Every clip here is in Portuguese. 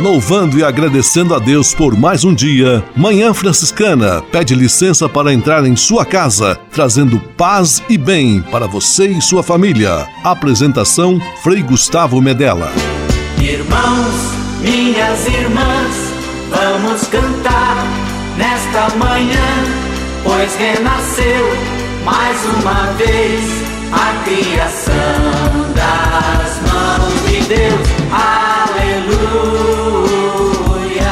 Louvando e agradecendo a Deus por mais um dia, Manhã Franciscana pede licença para entrar em sua casa, trazendo paz e bem para você e sua família. Apresentação, Frei Gustavo Medella. Irmãos, minhas irmãs, vamos cantar nesta manhã, pois renasceu mais uma vez a criação das mãos de Deus. Aleluia.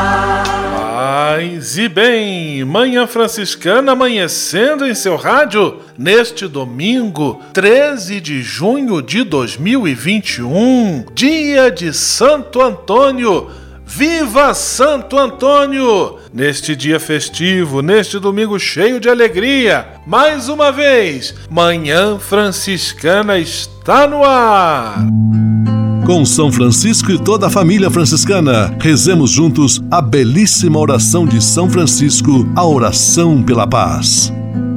Paz e bem, Manhã Franciscana amanhecendo em seu rádio neste domingo, 13 de junho de 2021, dia de Santo Antônio. Viva Santo Antônio! Neste dia festivo, neste domingo cheio de alegria, mais uma vez, Manhã Franciscana está no ar! Com São Francisco e toda a família franciscana, rezemos juntos a belíssima oração de São Francisco, a oração pela paz.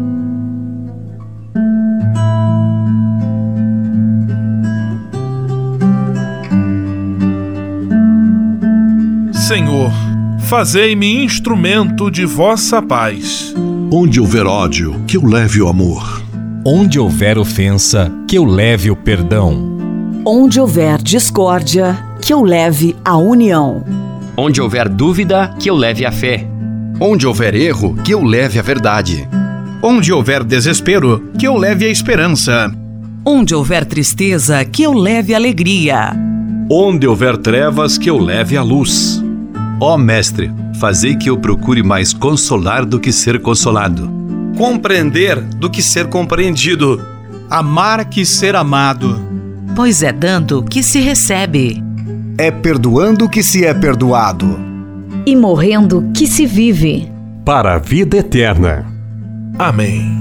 Senhor, fazei-me instrumento de vossa paz. Onde houver ódio, que eu leve o amor. Onde houver ofensa, que eu leve o perdão. Onde houver discórdia, que eu leve a união. Onde houver dúvida, que eu leve a fé. Onde houver erro, que eu leve a verdade. Onde houver desespero, que eu leve a esperança. Onde houver tristeza, que eu leve a alegria. Onde houver trevas, que eu leve a luz. Ó Mestre, fazei que eu procure mais consolar do que ser consolado. Compreender do que ser compreendido. Amar que ser amado. Pois é dando que se recebe. É perdoando que se é perdoado. E morrendo que se vive. Para a vida eterna. Amém.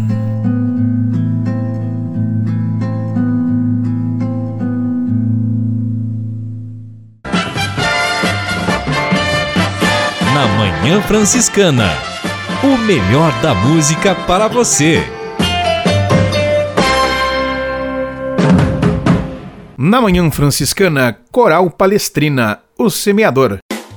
Na Manhã Franciscana, o melhor da música para você. Na Manhã Franciscana, Coral Palestrina, o Semeador.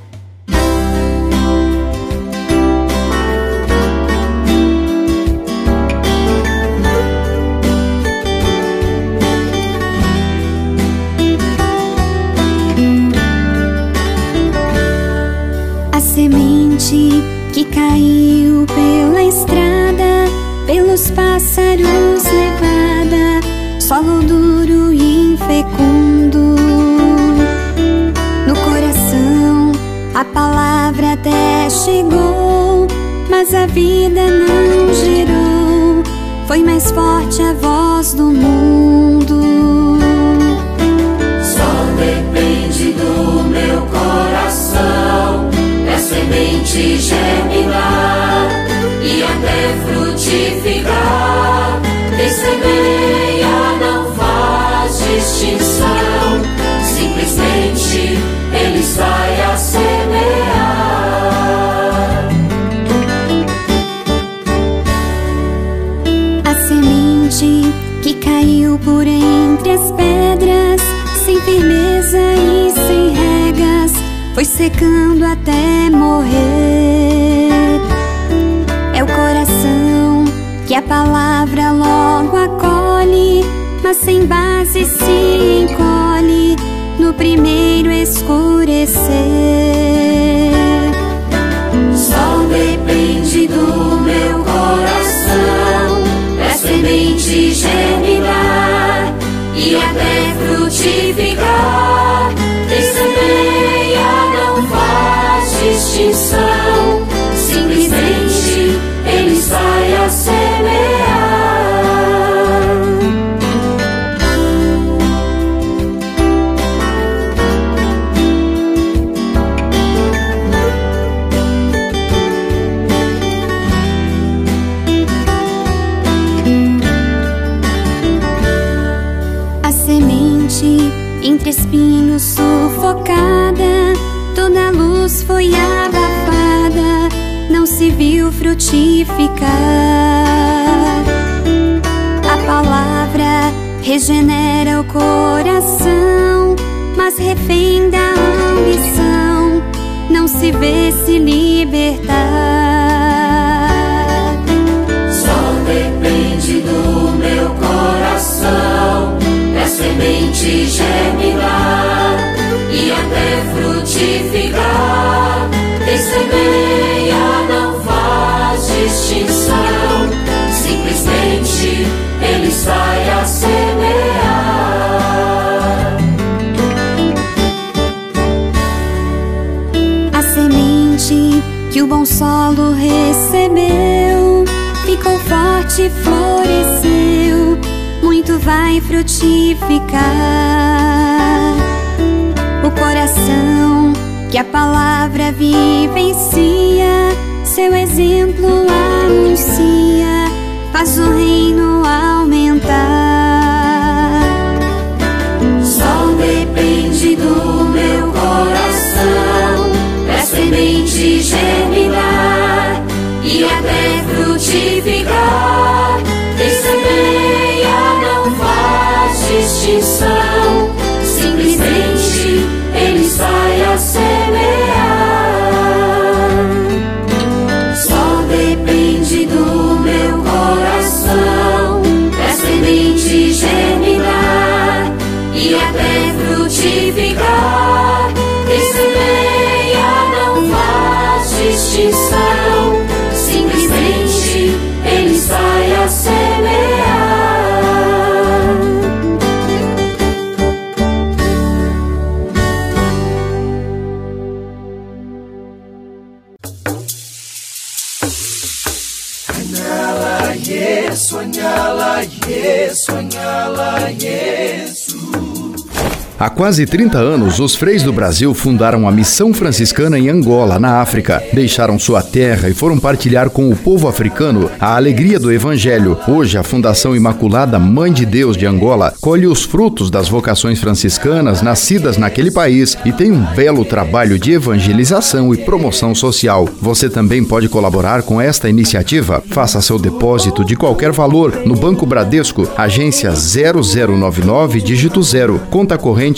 A semente que caiu pela estrada, pelos pássaros levada, solo duro e infecundo. No coração a palavra até chegou, mas a vida não gerou. Foi mais forte a voz do mundo. Só depende do meu coração, é semente germinar e até frutificar. Quem semeia não faz distinção, simplesmente ele sai a semear. A semente que caiu por entre as pedras, sem firmeza e sem regas, foi secando até morrer. É o coração que a palavra logo acolhe, mas sem base se encolhe no primeiro escurecer. Só depende do meu coração, é semente germinar e até frutificar. Quem semeia não faz distinção, simplesmente ele sai a semear. A semente entre espinhos sufocada, toda a luz foi abafada, não se viu frutificar. A palavra regenera o coração, mas refém da ambição, se vê se libertar. Só depende do meu coração, pra semente germinar e até frutificar. Quem semeia não faz distinção, simplesmente ele sai a semear. A semente que o bom solo recebeu ficou forte e floresceu, muito vai frutificar. O coração que a palavra vivencia, seu exemplo anuncia, faz o reino aumentar. Só depende do meu coração, pra semente germinar e até frutificar. Quem semeia não faz distinção, simplesmente ele sai a semear. Só depende do meu coração, pra semente germinar e até frutificar. Quem semeia não faz distinção, simplesmente ele sai a semear. Sonhá-la, sonhá-la, Jesus. Há quase 30 anos, os freis do Brasil fundaram a Missão Franciscana em Angola, na África. Deixaram sua terra e foram partilhar com o povo africano a alegria do Evangelho. Hoje, a Fundação Imaculada Mãe de Deus de Angola colhe os frutos das vocações franciscanas nascidas naquele país e tem um belo trabalho de evangelização e promoção social. Você também pode colaborar com esta iniciativa. Faça seu depósito de qualquer valor no Banco Bradesco, agência 0099, dígito 0, conta corrente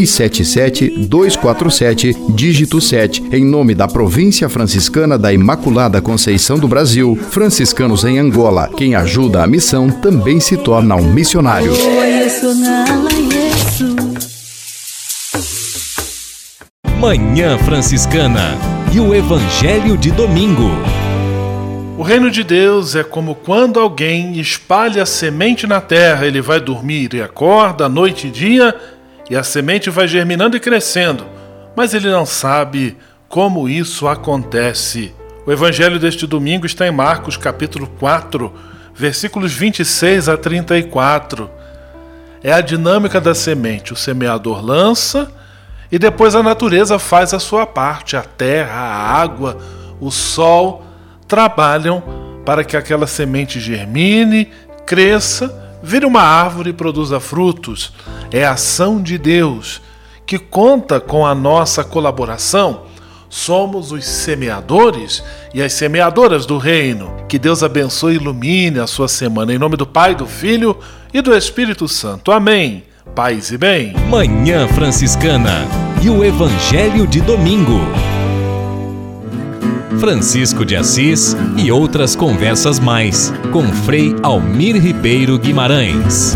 277-247, dígito 7, em nome da Província Franciscana da Imaculada Conceição do Brasil, franciscanos em Angola. Quem ajuda a missão também se torna um missionário. Manhã Franciscana e o Evangelho de domingo. O reino de Deus é como quando alguém espalha semente na terra. Ele vai dormir e acorda noite e dia, e a semente vai germinando e crescendo, mas ele não sabe como isso acontece. O evangelho deste domingo está em Marcos capítulo 4, versículos 26 a 34. É a dinâmica da semente. O semeador lança e depois a natureza faz a sua parte. A terra, a água, o sol trabalham para que aquela semente germine, cresça, vire uma árvore e produza frutos. É a ação de Deus que conta com a nossa colaboração. Somos os semeadores e as semeadoras do reino. Que Deus abençoe e ilumine a sua semana. Em nome do Pai, do Filho e do Espírito Santo. Amém. Paz e bem. Manhã Franciscana e o Evangelho de domingo. Francisco de Assis e outras conversas mais, com Frei Almir Ribeiro Guimarães.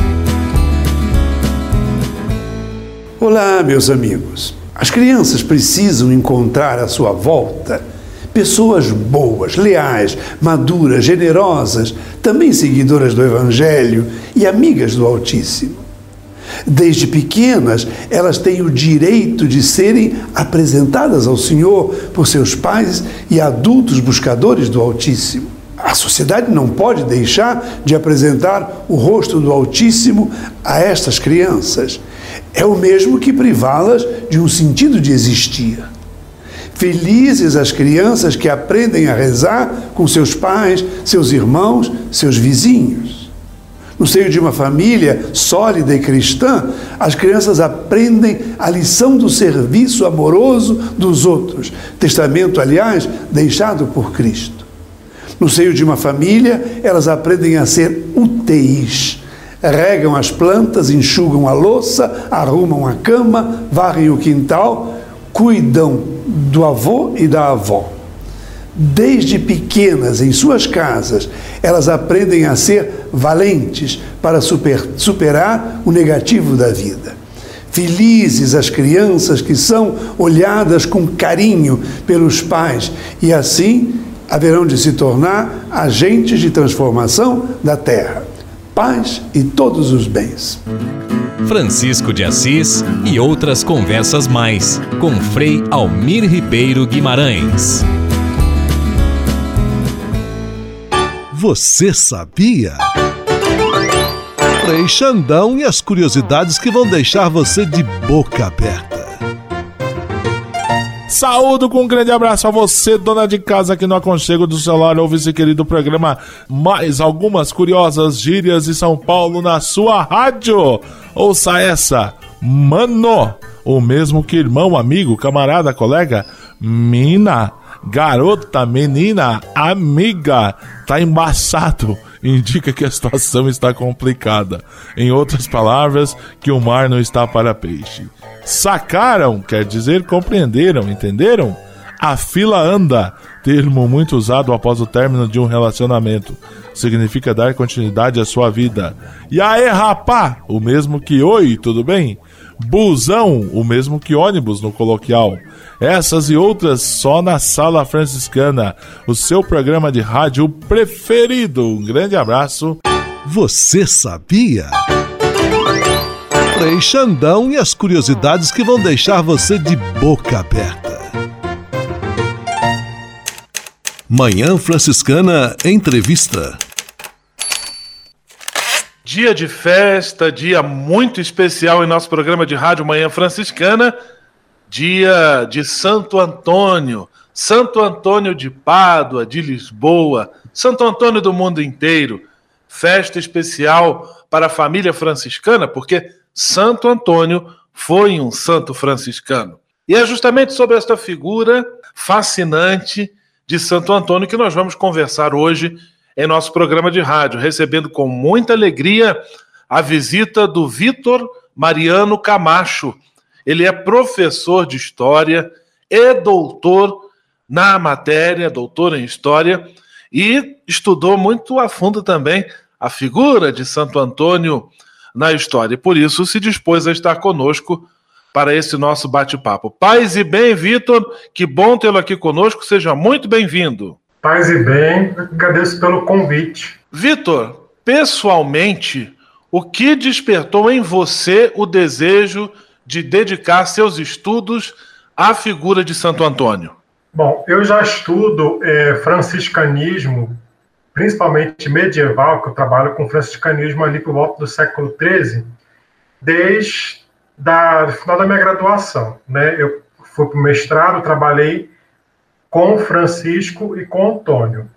Olá, meus amigos. As crianças precisam encontrar à sua volta pessoas boas, leais, maduras, generosas, também seguidoras do Evangelho e amigas do Altíssimo. Desde pequenas, elas têm o direito de serem apresentadas ao Senhor por seus pais e adultos buscadores do Altíssimo. A sociedade não pode deixar de apresentar o rosto do Altíssimo a estas crianças. É o mesmo que privá-las de um sentido de existir. Felizes as crianças que aprendem a rezar com seus pais, seus irmãos, seus vizinhos. No seio de uma família sólida e cristã, as crianças aprendem a lição do serviço amoroso dos outros, testamento, aliás, deixado por Cristo. No seio de uma família, elas aprendem a ser UTIs, regam as plantas, enxugam a louça, arrumam a cama, varrem o quintal, cuidam do avô e da avó. Desde pequenas, em suas casas, elas aprendem a ser valentes para superar o negativo da vida. Felizes as crianças que são olhadas com carinho pelos pais e assim haverão de se tornar agentes de transformação da terra. Paz e todos os bens. Francisco de Assis e outras conversas mais, com Frei Almir Ribeiro Guimarães. Você sabia? Frei Xandão e as curiosidades que vão deixar você de boca aberta. Saúdo com um grande abraço a você, dona de casa, que no aconchego do celular ouve esse querido programa Mais Algumas Curiosas Gírias de São Paulo na sua rádio. Ouça essa, mano, o mesmo que irmão, amigo, camarada, colega, mina, garota, menina, amiga, tá embaçado, indica que a situação está complicada. Em outras palavras, que o mar não está para peixe. Sacaram quer dizer compreenderam, entenderam? A fila anda, termo muito usado após o término de um relacionamento. Significa dar continuidade à sua vida. E aê, rapá, o mesmo que oi, tudo bem? Busão, o mesmo que ônibus no coloquial. Essas e outras só na Sala Franciscana, o seu programa de rádio preferido. Um grande abraço. Você sabia? Frei Xandão e as curiosidades que vão deixar você de boca aberta. Manhã Franciscana Entrevista. Dia de festa, dia muito especial em nosso programa de rádio Manhã Franciscana, dia de Santo Antônio de Pádua, de Lisboa, Santo Antônio do mundo inteiro. Festa especial para a família franciscana, porque Santo Antônio foi um santo franciscano. E é justamente sobre esta figura fascinante de Santo Antônio que nós vamos conversar hoje em nosso programa de rádio, recebendo com muita alegria a visita do Vítor Mariano Camacho. Ele é professor de História e doutor na matéria, doutor em História, e estudou muito a fundo também a figura de Santo Antônio na história. E por isso se dispôs a estar conosco para esse nosso bate-papo. Paz e bem, Vítor, que bom tê-lo aqui conosco, seja muito bem-vindo. Paz e bem, agradeço pelo convite. Vítor, pessoalmente, o que despertou em você o desejo de dedicar seus estudos à figura de Santo Antônio? Bom, eu já estudo franciscanismo, principalmente medieval, que eu trabalho com franciscanismo ali por volta do século XIII, desde o final da minha graduação, né? Eu fui para o mestrado, trabalhei com Francisco e com Antônio.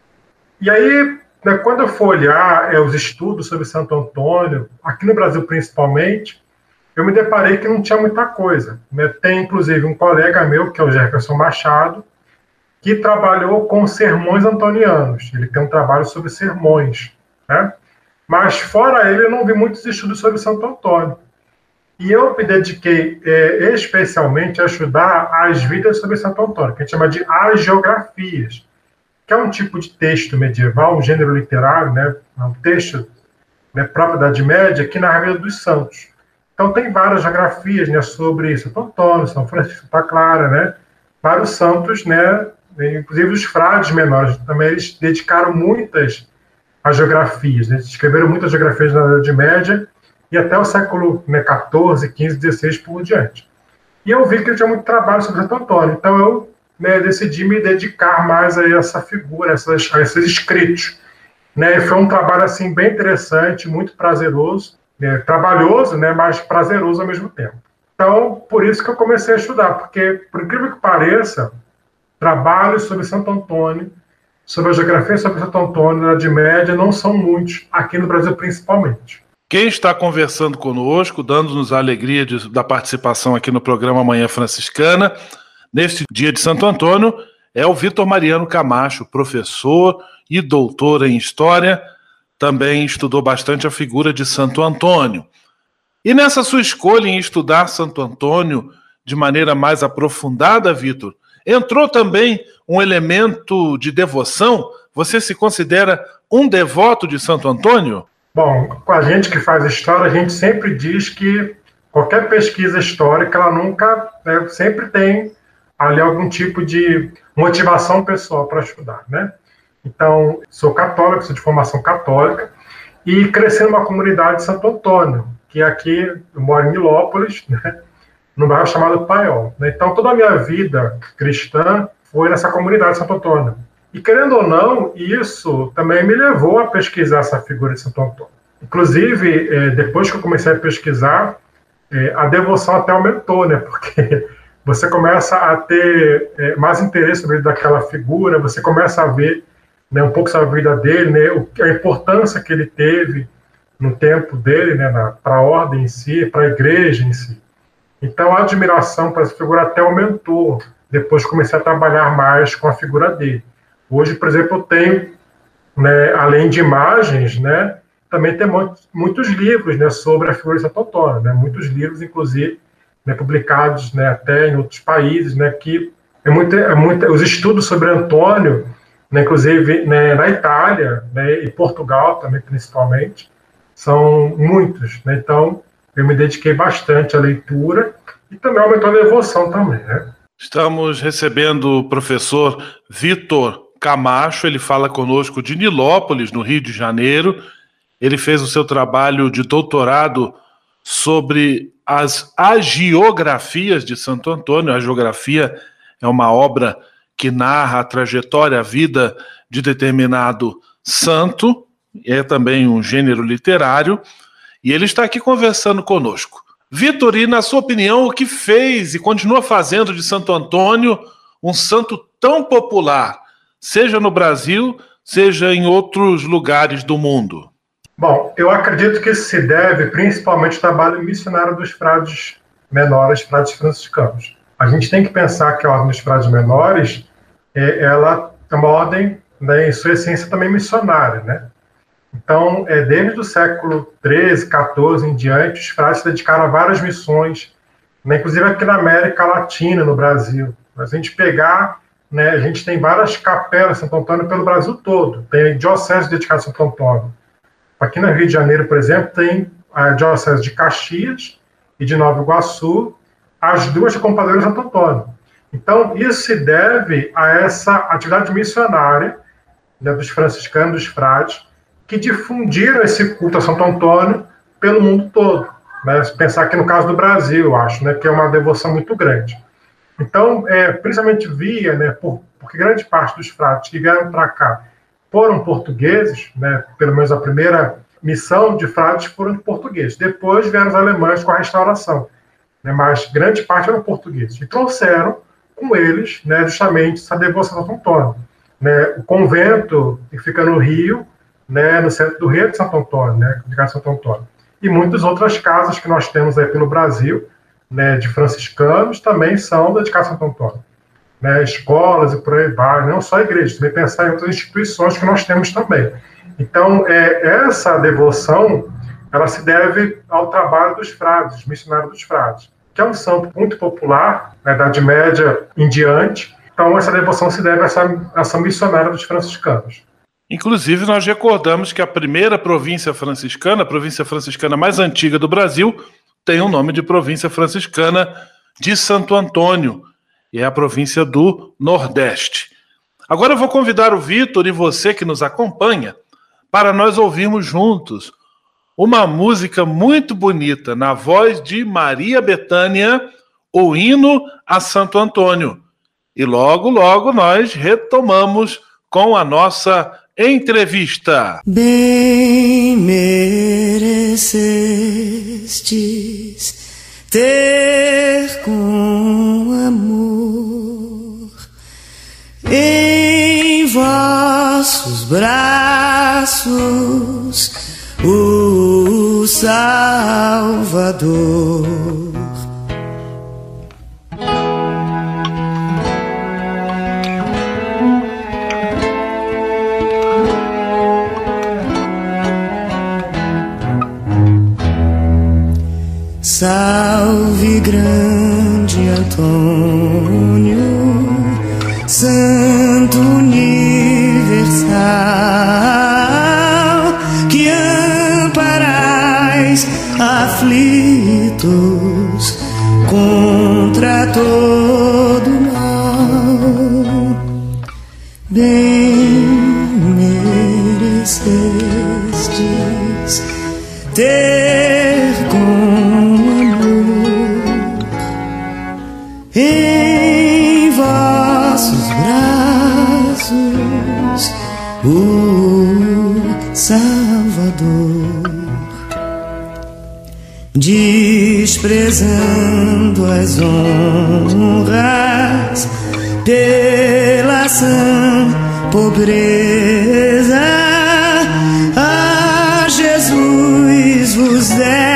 E aí, né, quando eu for olhar os estudos sobre Santo Antônio, aqui no Brasil principalmente, eu me deparei que não tinha muita coisa, né? Tem, inclusive, um colega meu, que é o Jefferson Machado, que trabalhou com sermões antonianos. Ele tem um trabalho sobre sermões, né? Mas, fora ele, eu não vi muitos estudos sobre Santo Antônio. E eu me dediquei especialmente a estudar as vidas sobre Santo Antônio, que a gente chama de agiografias, que é um tipo de texto medieval, um gênero literário, né, um texto, né, próprio da Idade Média, que narra a vida dos santos. Então tem várias geografias, né, sobre Santo Antônio, São Francisco, Santa Clara, né, vários santos, né, inclusive os frades menores também, eles dedicaram muitas agiografias, né, escreveram muitas geografias na Idade Média, e até o século XIV, XV, XVI por diante. E eu vi que eu tinha muito trabalho sobre Santo Antônio, então eu, né, decidi me dedicar mais a essa figura, a esses escritos. Né, e foi um trabalho assim, bem interessante, muito prazeroso, né, trabalhoso, né, mas prazeroso ao mesmo tempo. Então, por isso que eu comecei a estudar, porque, por incrível que pareça, trabalhos sobre Santo Antônio, sobre a geografia sobre Santo Antônio na Idade Média, não são muitos, aqui no Brasil principalmente. Quem está conversando conosco, dando-nos a alegria da participação aqui no programa Manhã Franciscana, neste dia de Santo Antônio, é o Vítor Mariano Camacho, professor e doutor em História, também estudou bastante a figura de Santo Antônio. E nessa sua escolha em estudar Santo Antônio de maneira mais aprofundada, Vitor, entrou também um elemento de devoção? Você se considera um devoto de Santo Antônio? Bom, com a gente que faz história, a gente sempre diz que qualquer pesquisa histórica, ela nunca, sempre tem ali algum tipo de motivação pessoal para estudar, né? Então, sou católico, sou de formação católica, e cresci numa comunidade de Santo Antônio, que aqui, eu moro em Nilópolis, né, num bairro chamado Paiol. Né? Então, toda a minha vida cristã foi nessa comunidade de Santo Antônio. E, querendo ou não, isso também me levou a pesquisar essa figura de Santo Antônio. Inclusive, depois que eu comecei a pesquisar, a devoção até aumentou, né? Porque você começa a ter mais interesse sobre daquela figura, você começa a ver, né, um pouco sobre a vida dele, né, a importância que ele teve no tempo dele, né, para a ordem em si, para a igreja em si. Então, a admiração para essa figura até aumentou depois que comecei a trabalhar mais com a figura dele. Hoje, por exemplo, eu tenho, né, além de imagens, né, também tem muitos livros, né, sobre a figura de Santo Antônio, né, muitos livros, inclusive, né, publicados, né, até em outros países, né, que os estudos sobre Antônio, né, inclusive, né, na Itália, né, e Portugal também, principalmente, são muitos, né, então eu me dediquei bastante à leitura e também aumentou a devoção também, né. Estamos recebendo o professor Vitor Camacho, ele fala conosco de Nilópolis, no Rio de Janeiro. Ele fez o seu trabalho de doutorado sobre as agiografias de Santo Antônio. A agiografia é uma obra que narra a trajetória, a vida de determinado santo, é também um gênero literário, e ele está aqui conversando conosco. Vitor, e na sua opinião, o que fez e continua fazendo de Santo Antônio um santo tão popular, seja no Brasil, seja em outros lugares do mundo? Bom, eu acredito que isso se deve principalmente ao trabalho missionário dos frades menores, frades franciscanos. A gente tem que pensar que a ordem dos frades menores, ela é uma ordem, né, em sua essência também missionária, né? Então, desde o século XIII, XIV em diante, os frades se dedicaram a várias missões, né, inclusive aqui na América Latina, no Brasil. Mas a gente pegar, né, a gente tem várias capelas de Santo Antônio pelo Brasil todo. Tem diocese dedicada a Santo Antônio. Aqui no Rio de Janeiro, por exemplo, tem a diocese de Caxias e de Nova Iguaçu, as duas de Compadre Santo Antônio. Então, isso se deve a essa atividade missionária, né, dos franciscanos, dos frades, que difundiram esse culto a Santo Antônio pelo mundo todo. Né? Pensar aqui no caso do Brasil, eu acho, né, que é uma devoção muito grande. Então, principalmente via, né, porque grande parte dos frades que vieram para cá foram portugueses, né, pelo menos a primeira missão de frades foram de portugueses. Depois vieram os alemães com a restauração, né, mas grande parte eram portugueses. E trouxeram com eles, né, justamente essa devoção a Santo Antônio. Né, o convento que fica no Rio, né, no centro do Rio de Santo Antônio, né, de Santo Antônio. E muitas outras casas que nós temos aí pelo Brasil, né, de franciscanos, também são dedicadas a Santo Antônio. Né, escolas e por aí vai, não só igrejas, também pensar em outras instituições que nós temos também. Então, essa devoção, ela se deve ao trabalho dos frades, dos missionários dos frades, que é um santo muito popular, na Idade Média em diante. Então, essa devoção se deve a essa missionária dos franciscanos. Inclusive, nós recordamos que a primeira província franciscana, a província franciscana mais antiga do Brasil, tem o nome de província franciscana de Santo Antônio, e é a província do Nordeste. Agora eu vou convidar o Vitor e você que nos acompanha para nós ouvirmos juntos uma música muito bonita na voz de Maria Bethânia, o hino a Santo Antônio. E logo, logo nós retomamos com a nossa entrevista. Bem merecestes ter com amor em vossos braços o Salvador. Salve, grande Antônio, Santo universal, que amparais aflitos contra todo mal, bem merecestes ter com amor em vossos braços o Salvador, desprezando as honras pela sã pobreza, a Jesus vos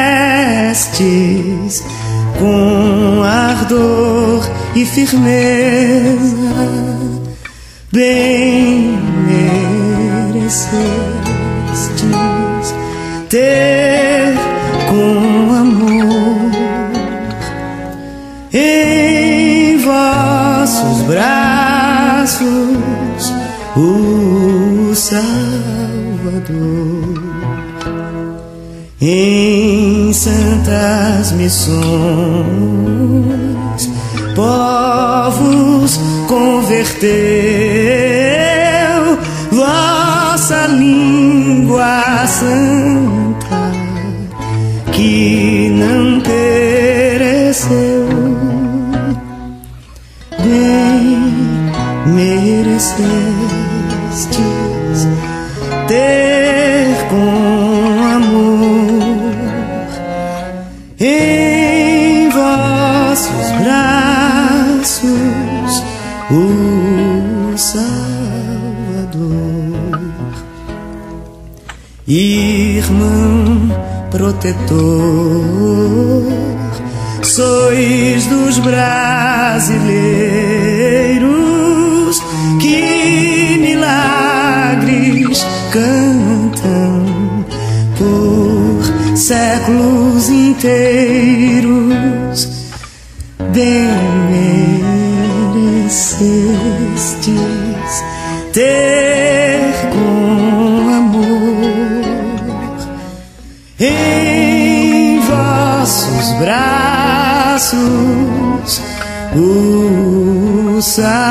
destes com ardor e firmeza, bem merecestes ter com amor em vossos braços o Salvador, em santas missões povos converteu, vossa língua santa que não pereceu, bem merecestes ter com amor em vossos braços o Salvador, irmão protetor, sois dos brasileiros que milagres cantam por séculos inteiros, bem merecestes ter com amor em vossos braços o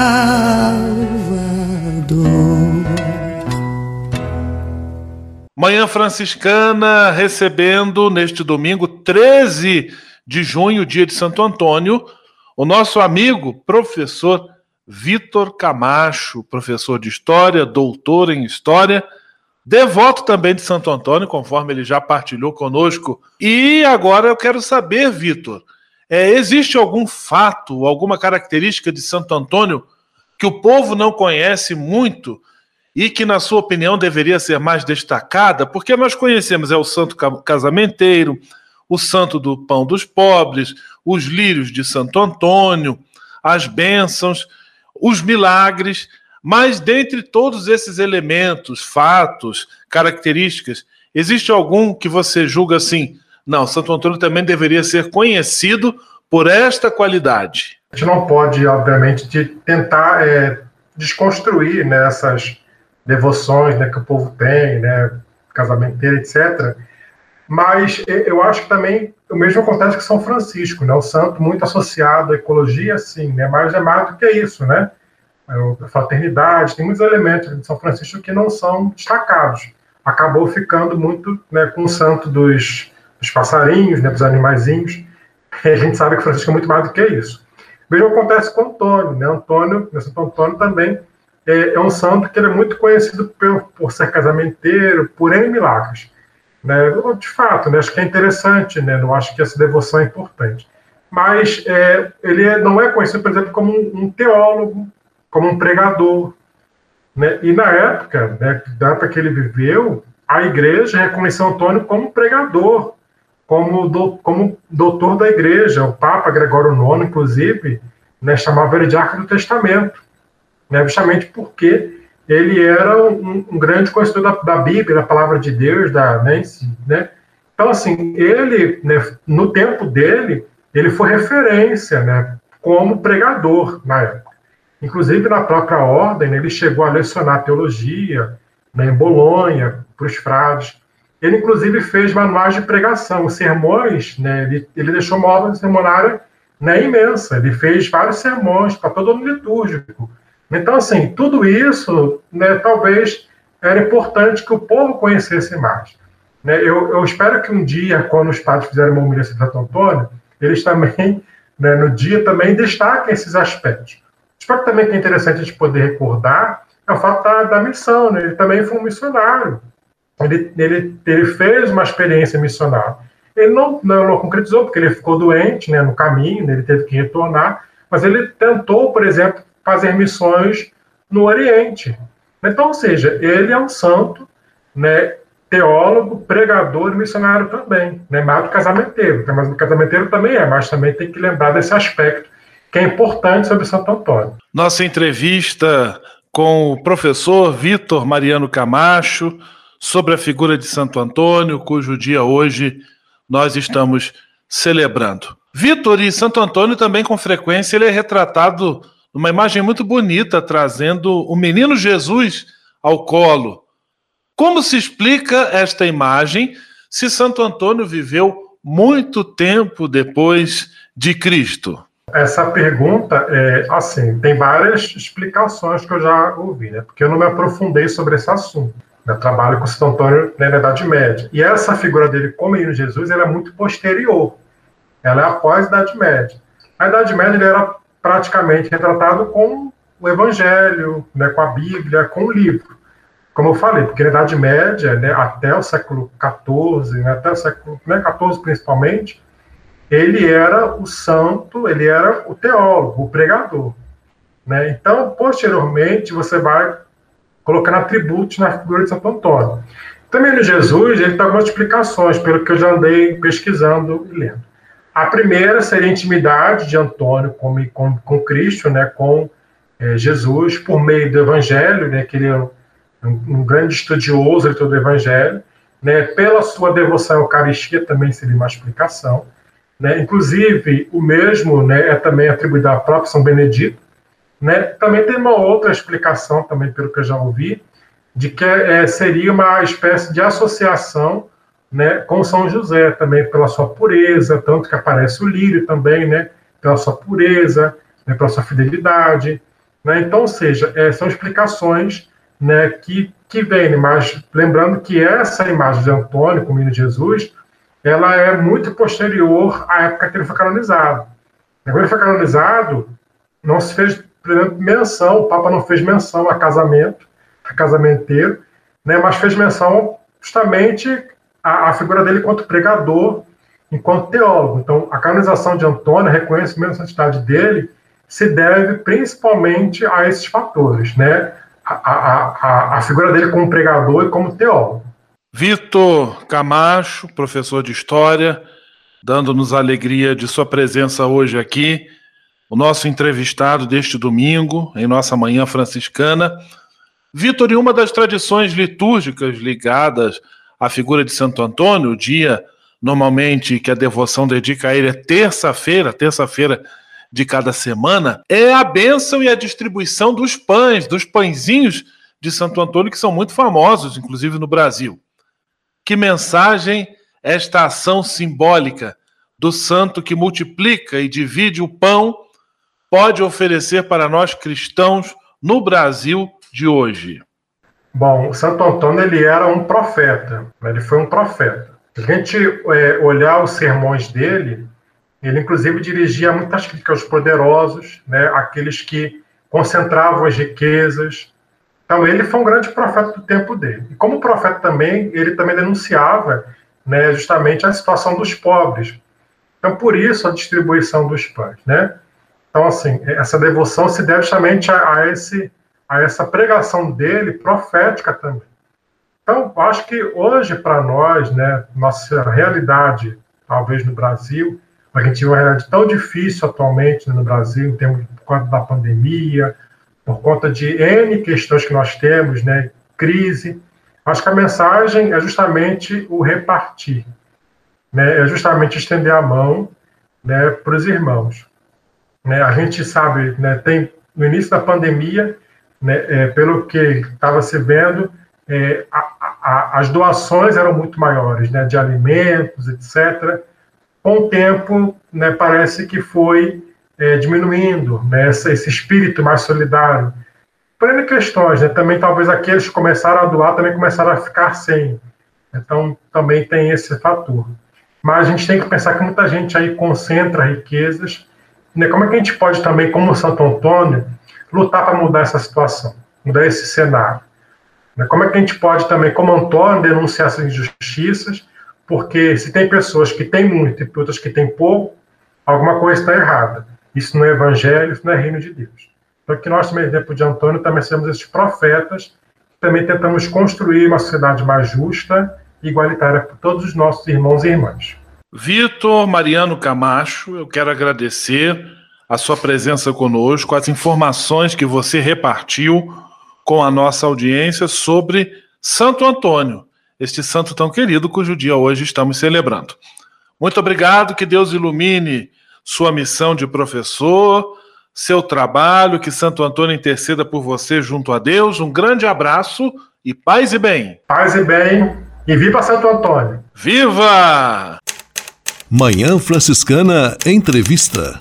Salvador. Manhã Franciscana recebendo neste domingo 13 de junho, dia de Santo Antônio, o nosso amigo professor Vitor Camacho, professor de História, doutor em História, devoto também de Santo Antônio, conforme ele já partilhou conosco. E agora eu quero saber, Vitor, existe algum fato, alguma característica de Santo Antônio que o povo não conhece muito e que, na sua opinião, deveria ser mais destacada? Porque nós conhecemos o santo casamenteiro, o santo do pão dos pobres, os lírios de Santo Antônio, as bênçãos, os milagres, mas dentre todos esses elementos, fatos, características, existe algum que você julga assim, não, Santo Antônio também deveria ser conhecido por esta qualidade? A gente não pode, obviamente, tentar desconstruir, né, essas devoções, né, que o povo tem, né, casamenteiro, etc. Mas eu acho que também o mesmo acontece com São Francisco, né, o santo muito associado à ecologia, sim, né, mas é mais do que isso, né, a fraternidade, tem muitos elementos de São Francisco que não são destacados. Acabou ficando muito, né, com o santo dos passarinhos, né, dos animaizinhos, e a gente sabe que Francisco é muito mais do que isso. O mesmo acontece com Antônio, né, Santo Antônio também é um santo que ele é muito conhecido por ser casamenteiro, por N milagres. Né? De fato, né? Acho que é interessante, né? Não acho que essa devoção é importante. Mas ele não é conhecido, por exemplo, como um teólogo, como um pregador. Né? E na época, né, da época que ele viveu, a igreja reconheceu Antônio como pregador, como doutor da igreja. O Papa Gregório IX, inclusive, né, chamava ele de Arca do Testamento. Né, justamente porque ele era um grande conhecedor da Bíblia, da Palavra de Deus, né? Então, assim, ele, né, no tempo dele, ele foi referência, né, como pregador na época. Inclusive, na própria ordem, ele chegou a lecionar teologia, né, em Bolonha, para os frades. Ele, inclusive, fez manuais de pregação, os sermões, né, ele deixou uma obra sermonária, né, imensa. Ele fez vários sermões para todo ano litúrgico. Então, assim, tudo isso, né, talvez era importante que o povo conhecesse mais. Né, eu espero que um dia, quando os padres fizerem uma homilia sobre Santo Antônio, eles também, né, no dia, também destaquem esses aspectos. Espero também que é interessante a gente poder recordar é o fato da missão, né? Ele também foi um missionário. Ele fez uma experiência missionária. Ele não concretizou, porque ele ficou doente, né, no caminho, né, ele teve que retornar, mas ele tentou, por exemplo, fazer missões no Oriente. Então, ou seja, ele é um santo, né, teólogo, pregador e missionário também, né, mais do casamenteiro. Mas o casamenteiro também mas também tem que lembrar desse aspecto que é importante sobre Santo Antônio. Nossa entrevista com o professor Vitor Mariano Camacho sobre a figura de Santo Antônio, cujo dia hoje nós estamos celebrando. Vitor, e Santo Antônio também com frequência ele é retratado numa imagem muito bonita, trazendo o menino Jesus ao colo. Como se explica esta imagem se Santo Antônio viveu muito tempo depois de Cristo? Essa pergunta, tem várias explicações que eu já ouvi, né? Porque eu não me aprofundei sobre esse assunto. Eu trabalho com Santo Antônio, né, na Idade Média. E essa figura dele como menino Jesus, ela é muito posterior. Ela é após a Idade Média. Na Idade Média ele era praticamente retratado com o Evangelho, né, com a Bíblia, com o livro. Como eu falei, porque na Idade Média, né, até o século XIV, né, até o século XIV principalmente, ele era o santo, ele era o teólogo, o pregador. Né? Então, posteriormente, você vai colocando atributos na figura de Santo Antônio. Também no Jesus, ele tem algumas explicações, pelo que eu já andei pesquisando e lendo. A primeira seria a intimidade de Antônio com Cristo, né, com Jesus, por meio do Evangelho, né, que ele é um grande estudioso do Evangelho, né, pela sua devoção à Eucaristia, também seria uma explicação. Né? Inclusive, o mesmo, né, é também atribuído ao próprio São Benedito. Né? Também tem uma outra explicação, também pelo que eu já ouvi, de que seria uma espécie de associação, né, com São José, também pela sua pureza, tanto que aparece o lírio também, né, pela sua pureza, né, pela sua fidelidade. Né? Então, ou seja, são explicações, né, que vêm, mas lembrando que essa imagem de Antônio, com o menino Jesus, ela é muito posterior à época que ele foi canonizado. Quando ele foi canonizado, não se fez, por exemplo, menção, o Papa não fez menção a casamenteiro, né, mas fez menção justamente à figura dele enquanto pregador, enquanto teólogo. Então, a canonização de Antônio, o reconhecimento da santidade dele, se deve principalmente a esses fatores, né? A figura dele como pregador e como teólogo. Vitor Camacho, professor de História, dando-nos a alegria de sua presença hoje aqui, o nosso entrevistado deste domingo, em nossa Manhã Franciscana. Vitor, e uma das tradições litúrgicas ligadas à figura de Santo Antônio, o dia normalmente que a devoção dedica a ele é terça-feira de cada semana, é a bênção e a distribuição dos pãezinhos de Santo Antônio, que são muito famosos, inclusive no Brasil. Que mensagem esta ação simbólica do santo que multiplica e divide o pão pode oferecer para nós cristãos no Brasil de hoje? Bom, Santo Antônio ele era um profeta, ele foi um profeta. Se a gente olhar os sermões dele, ele inclusive dirigia muitas críticas aos poderosos, né, aqueles que concentravam as riquezas. Então, ele foi um grande profeta do tempo dele. E como profeta também, ele também denunciava, né, justamente a situação dos pobres. Então, por isso, a distribuição dos pães. Né? Então, assim, essa devoção se deve justamente a essa pregação dele, profética também. Então, acho que hoje, para nós, né, nossa realidade, talvez no Brasil, a gente tem uma realidade tão difícil atualmente, né, no Brasil, por conta da pandemia, por conta de N questões que nós temos, né, crise. Acho que a mensagem é justamente o repartir, né, é justamente estender a mão, né, para os irmãos. né? A gente sabe, né, tem no início da pandemia, né, pelo que estava se vendo, as doações eram muito maiores, né, de alimentos, etc. Com o tempo, né, parece que foi diminuindo, né, esse espírito mais solidário. Por N questões, né, também talvez aqueles que começaram a doar também começaram a ficar sem. Então, também tem esse fator. Mas a gente tem que pensar que muita gente aí concentra riquezas, né, como é que a gente pode também, como Santo Antônio, lutar para mudar essa situação, mudar esse cenário? Como é que a gente pode também, como Antônio, denunciar essas injustiças? Porque se tem pessoas que têm muito e outras que têm pouco, alguma coisa está errada. Isso não é evangelho, isso não é reino de Deus. Então, que nós, também, exemplo de Antônio, também somos esses profetas, também tentamos construir uma sociedade mais justa e igualitária para todos os nossos irmãos e irmãs. Vitor Mariano Camacho, eu quero agradecer a sua presença conosco, as informações que você repartiu com a nossa audiência sobre Santo Antônio, este santo tão querido cujo dia hoje estamos celebrando. Muito obrigado, que Deus ilumine sua missão de professor, seu trabalho, que Santo Antônio interceda por você junto a Deus. Um grande abraço e paz e bem. Paz e bem e viva Santo Antônio. Viva! Manhã Franciscana Entrevista.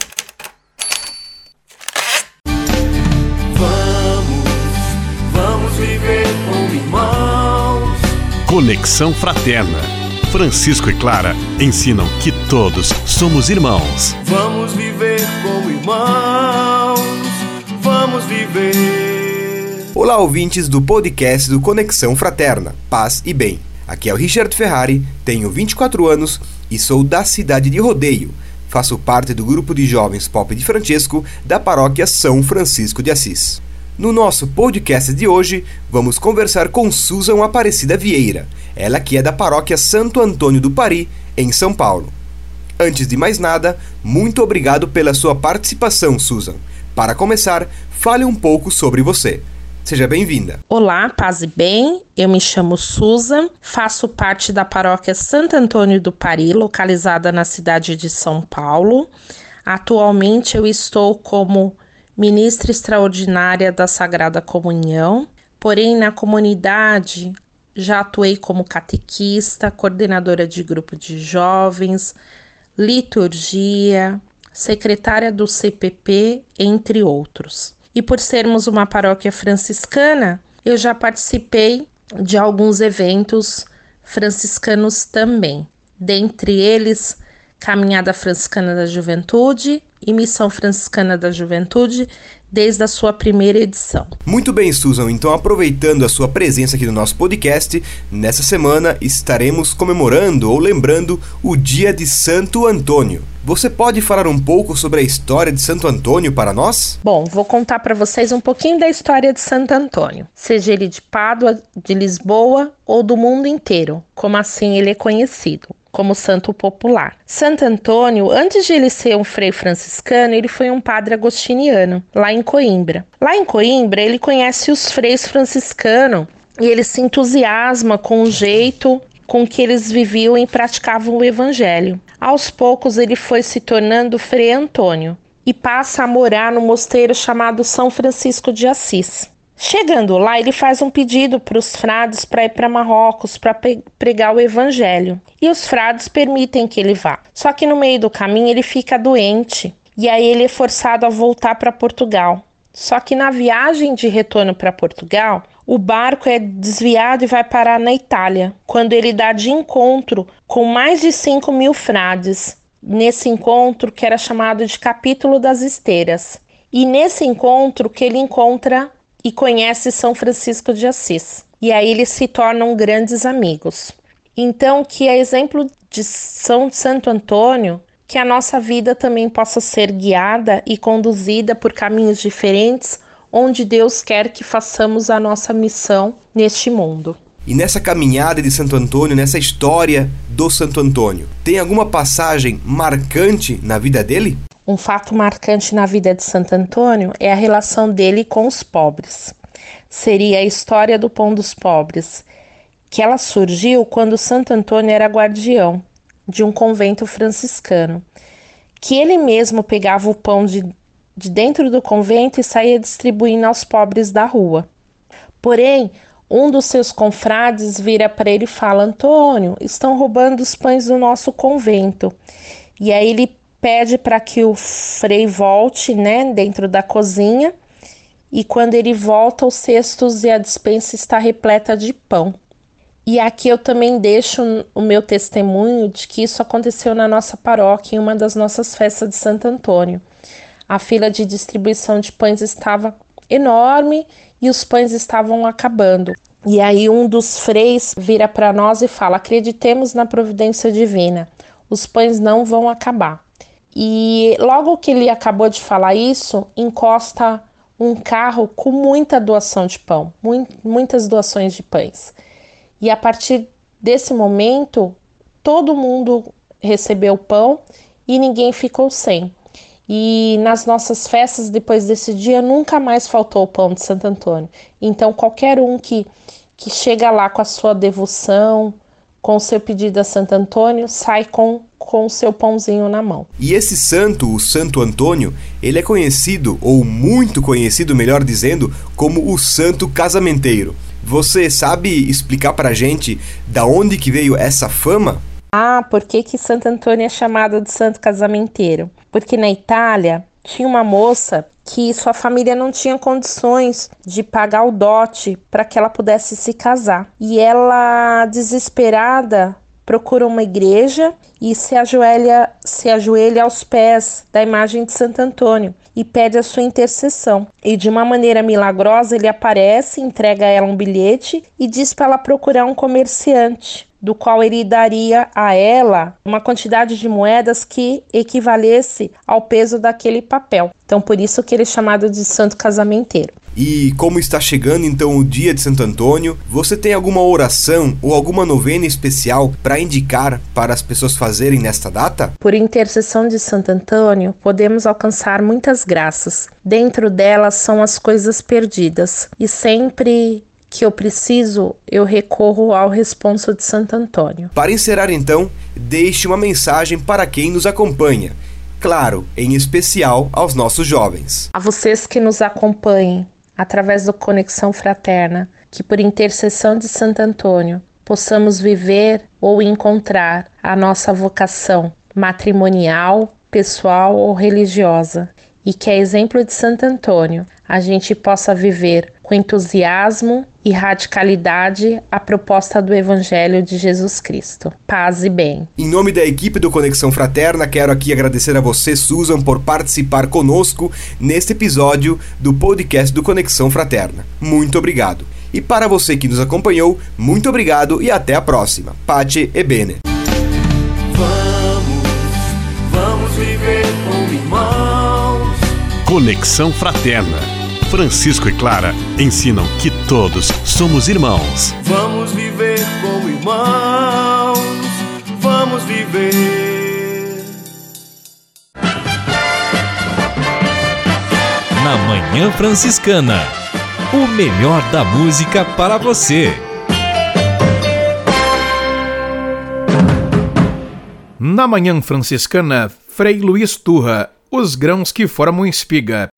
Vamos viver como irmãos. Conexão Fraterna. Francisco e Clara ensinam que todos somos irmãos. Vamos viver como irmãos. Vamos viver. Olá, ouvintes do podcast do Conexão Fraterna, Paz e Bem. Aqui é o Richard Ferrari, tenho 24 anos e sou da cidade de Rodeio. Faço parte do grupo de jovens Pop de Francesco da paróquia São Francisco de Assis. No nosso podcast de hoje, vamos conversar com Susan Aparecida Vieira, ela que é da paróquia Santo Antônio do Pari, em São Paulo. Antes de mais nada, muito obrigado pela sua participação, Susan. Para começar, fale um pouco sobre você. Seja bem-vinda. Olá, paz e bem. Eu me chamo Susan, faço parte da paróquia Santo Antônio do Pari, localizada na cidade de São Paulo. Atualmente eu estou como ministra extraordinária da Sagrada Comunhão, porém na comunidade já atuei como catequista, coordenadora de grupo de jovens, liturgia, secretária do CPP, entre outros. E por sermos uma paróquia franciscana, eu já participei de alguns eventos franciscanos também. Dentre eles, Caminhada Franciscana da Juventude e Missão Franciscana da Juventude, desde a sua primeira edição. Muito bem, Susan. Então, aproveitando a sua presença aqui no nosso podcast, nessa semana estaremos comemorando ou lembrando o Dia de Santo Antônio. Você pode falar um pouco sobre a história de Santo Antônio para nós? Bom, vou contar para vocês um pouquinho da história de Santo Antônio, seja ele de Pádua, de Lisboa ou do mundo inteiro, como assim ele é conhecido, como santo popular. Santo Antônio, antes de ele ser um frei franciscano, ele foi um padre agostiniano, lá em Coimbra. Lá em Coimbra, ele conhece os freis franciscanos e ele se entusiasma com o jeito com que eles viviam e praticavam o evangelho. Aos poucos, ele foi se tornando Frei Antônio e passa a morar no mosteiro chamado São Francisco de Assis. Chegando lá, ele faz um pedido para os frades para ir para Marrocos para pregar o evangelho. E os frades permitem que ele vá. Só que no meio do caminho ele fica doente e aí ele é forçado a voltar para Portugal. Só que na viagem de retorno para Portugal, o barco é desviado e vai parar na Itália, quando ele dá de encontro com mais de 5.000 frades, nesse encontro que era chamado de Capítulo das Esteiras. E nesse encontro que ele encontra e conhece São Francisco de Assis. E aí eles se tornam grandes amigos. Então, que é exemplo de Santo Antônio, que a nossa vida também possa ser guiada e conduzida por caminhos diferentes, onde Deus quer que façamos a nossa missão neste mundo. E nessa caminhada de Santo Antônio, nessa história do Santo Antônio, tem alguma passagem marcante na vida dele? Um fato marcante na vida de Santo Antônio é a relação dele com os pobres. Seria a história do Pão dos Pobres, que ela surgiu quando Santo Antônio era guardião de um convento franciscano, que ele mesmo pegava o pão de dentro do convento e saía distribuindo aos pobres da rua. Porém, um dos seus confrades vira para ele e fala: Antônio, estão roubando os pães do nosso convento. E aí ele pede para que o frei volte, dentro da cozinha, e quando ele volta, os cestos e a despensa está repleta de pão. E aqui eu também deixo o meu testemunho de que isso aconteceu na nossa paróquia, em uma das nossas festas de Santo Antônio. A fila de distribuição de pães estava enorme e os pães estavam acabando. E aí um dos freis vira para nós e fala: acreditemos na providência divina, os pães não vão acabar. E logo que ele acabou de falar isso, encosta um carro com muita doação de pão, muitas doações de pães. E a partir desse momento, todo mundo recebeu pão e ninguém ficou sem. E nas nossas festas, depois desse dia, nunca mais faltou o pão de Santo Antônio. Então, qualquer um que chega lá com a sua devoção, com o seu pedido a Santo Antônio, sai com o seu pãozinho na mão. E esse santo, o Santo Antônio, ele é conhecido, ou muito conhecido, melhor dizendo, como o Santo Casamenteiro. Você sabe explicar pra gente da onde que veio essa fama? Por que Santo Antônio é chamado de Santo Casamenteiro? Porque na Itália tinha uma moça que sua família não tinha condições de pagar o dote para que ela pudesse se casar. E ela, desesperada, procura uma igreja e se ajoelha aos pés da imagem de Santo Antônio e pede a sua intercessão. E de uma maneira milagrosa ele aparece, entrega a ela um bilhete e diz para ela procurar um comerciante, do qual ele daria a ela uma quantidade de moedas que equivalesse ao peso daquele papel. Então, por isso que ele é chamado de Santo Casamenteiro. E como está chegando então o dia de Santo Antônio, você tem alguma oração ou alguma novena especial para indicar para as pessoas fazerem nesta data? Por intercessão de Santo Antônio, podemos alcançar muitas graças. Dentro delas são as coisas perdidas. E sempre que eu preciso, eu recorro ao responso de Santo Antônio. Para encerrar então, deixe uma mensagem para quem nos acompanha. Claro, em especial aos nossos jovens. A vocês que nos acompanhem através do Conexão Fraterna, que por intercessão de Santo Antônio possamos viver ou encontrar a nossa vocação matrimonial, pessoal ou religiosa. E que, a exemplo de Santo Antônio, a gente possa viver com entusiasmo e radicalidade a proposta do Evangelho de Jesus Cristo. Paz e bem. Em nome da equipe do Conexão Fraterna, quero aqui agradecer a você, Susan, por participar conosco neste episódio do podcast do Conexão Fraterna. Muito obrigado. E para você que nos acompanhou, muito obrigado e até a próxima. Pace e bene. Vamos viver como irmãos. Conexão Fraterna. Francisco e Clara ensinam que todos somos irmãos. Vamos viver como irmãos. Vamos viver. Na Manhã Franciscana, o melhor da música para você. Na Manhã Franciscana, Frei Luiz Turra, os grãos que formam espiga.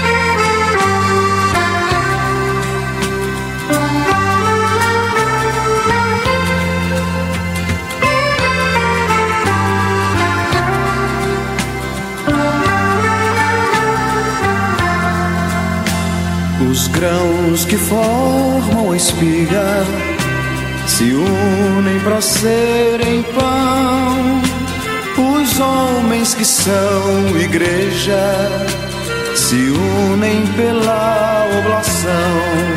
Os grãos que formam a espiga se unem para serem pão. Os homens que são igreja se unem pela oblação.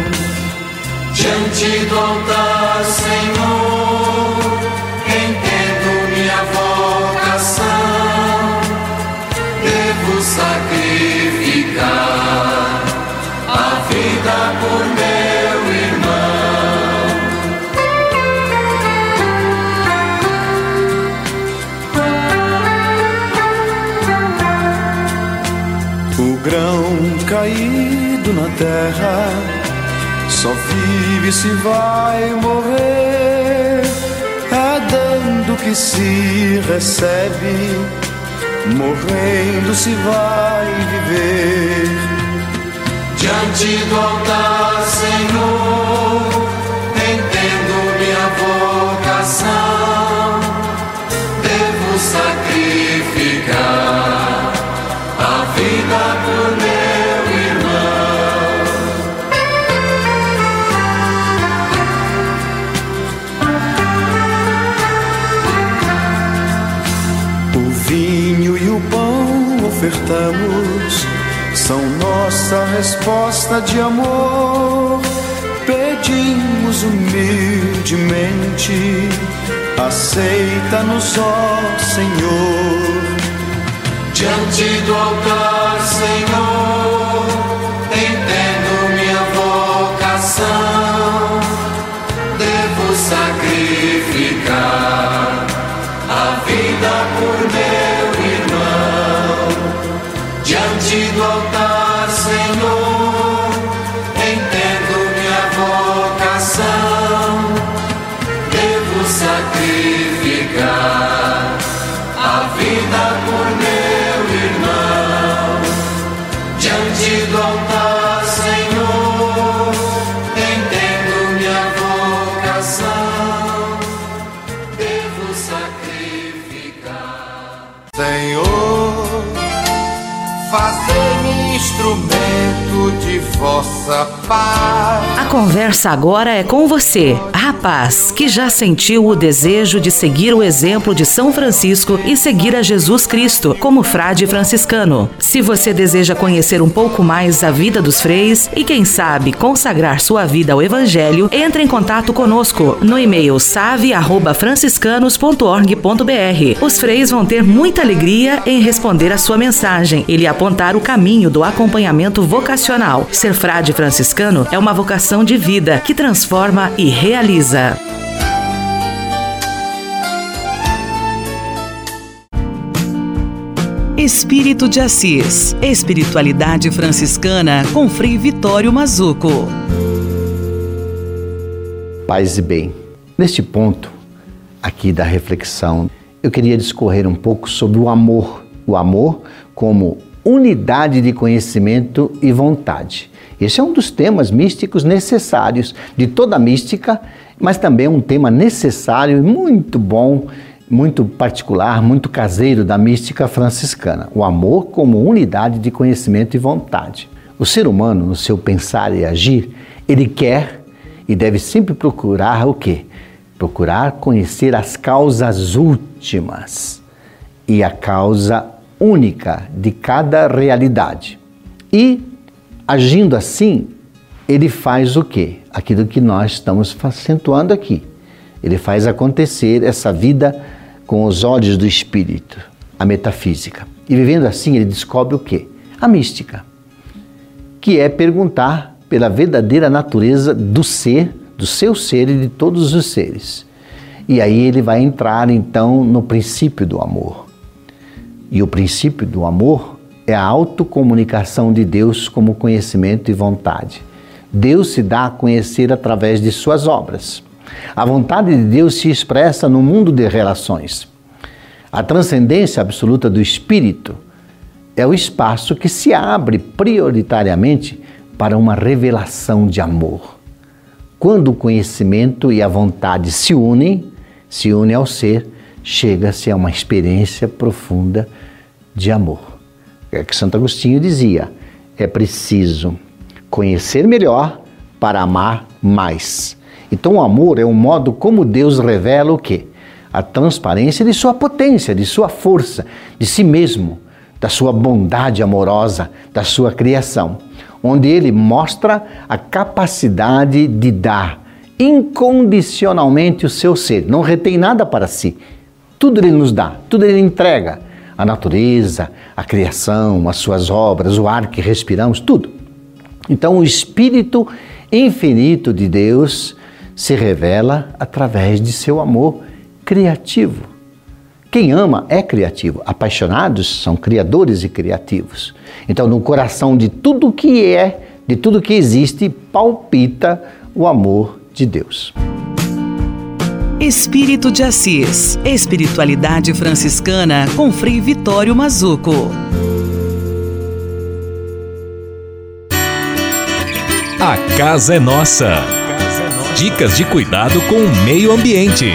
Diante do altar, Senhor, entendo minha vocação. Devo sacrificar a vida por meu irmão. O grão caído na terra só vive se vai morrer. É dando que se recebe, morrendo se vai viver. Diante do altar, Senhor, entendo minha vocação, devo sacrificar a vida por meu irmão. O vinho e o pão ofertamos, são nossa resposta de amor. Pedimos humildemente, aceita-nos, ó Senhor. Diante do altar, Senhor, entendo minha vocação, devo sacrificar a vida por meu irmão. Diante do altar, Senhor, entendo minha vocação, devo sacrificar a vida por meu irmão. Diante do altar, Senhor, entendo minha vocação, devo sacrificar. Senhor, fazei-me instrumento de vossa paz. A conversa agora é com você, rapaz, que já sentiu o desejo de seguir o exemplo de São Francisco e seguir a Jesus Cristo como frade franciscano. Se você deseja conhecer um pouco mais a vida dos freis e, quem sabe, consagrar sua vida ao Evangelho, entre em contato conosco no e-mail save@franciscanos.org.br. Os freis vão ter muita alegria em responder a sua mensagem e lhe apontar o caminho do acompanhamento vocacional. Ser frade franciscano é uma vocação de vida que transforma e realiza. Espírito de Assis. Espiritualidade franciscana com Frei Vitório Mazzuco. Paz e bem. Neste ponto aqui da reflexão, eu queria discorrer um pouco sobre o amor. O amor como unidade de conhecimento e vontade. Esse é um dos temas místicos necessários de toda a mística, mas também um tema necessário e muito bom, muito particular, muito caseiro da mística franciscana. O amor como unidade de conhecimento e vontade. O ser humano, no seu pensar e agir, ele quer e deve sempre procurar o quê? Procurar conhecer as causas últimas e a causa única de cada realidade. E, agindo assim, ele faz o quê? Aquilo que nós estamos acentuando aqui. Ele faz acontecer essa vida com os olhos do espírito, a metafísica. E vivendo assim, ele descobre o quê? A mística, que é perguntar pela verdadeira natureza do ser, do seu ser e de todos os seres. E aí ele vai entrar, então, no princípio do amor. E o princípio do amor é a autocomunicação de Deus como conhecimento e vontade. Deus se dá a conhecer através de suas obras. A vontade de Deus se expressa no mundo de relações. A transcendência absoluta do Espírito é o espaço que se abre prioritariamente para uma revelação de amor. Quando o conhecimento e a vontade se unem ao ser, chega-se a uma experiência profunda de amor. É que Santo Agostinho dizia, é preciso conhecer melhor para amar mais. Então o amor é um modo como Deus revela o quê? A transparência de sua potência, de sua força, de si mesmo, da sua bondade amorosa, da sua criação, onde ele mostra a capacidade de dar incondicionalmente o seu ser, não retém nada para si. Tudo ele nos dá, tudo ele entrega. A natureza, a criação, as suas obras, o ar que respiramos, tudo. Então o Espírito infinito de Deus se revela através de seu amor criativo. Quem ama é criativo. Apaixonados são criadores e criativos. Então no coração de tudo que é, de tudo que existe, palpita o amor de Deus. Espírito de Assis. Espiritualidade franciscana com Frei Vitório Mazzuco. A casa é nossa. Dicas de cuidado com o meio ambiente.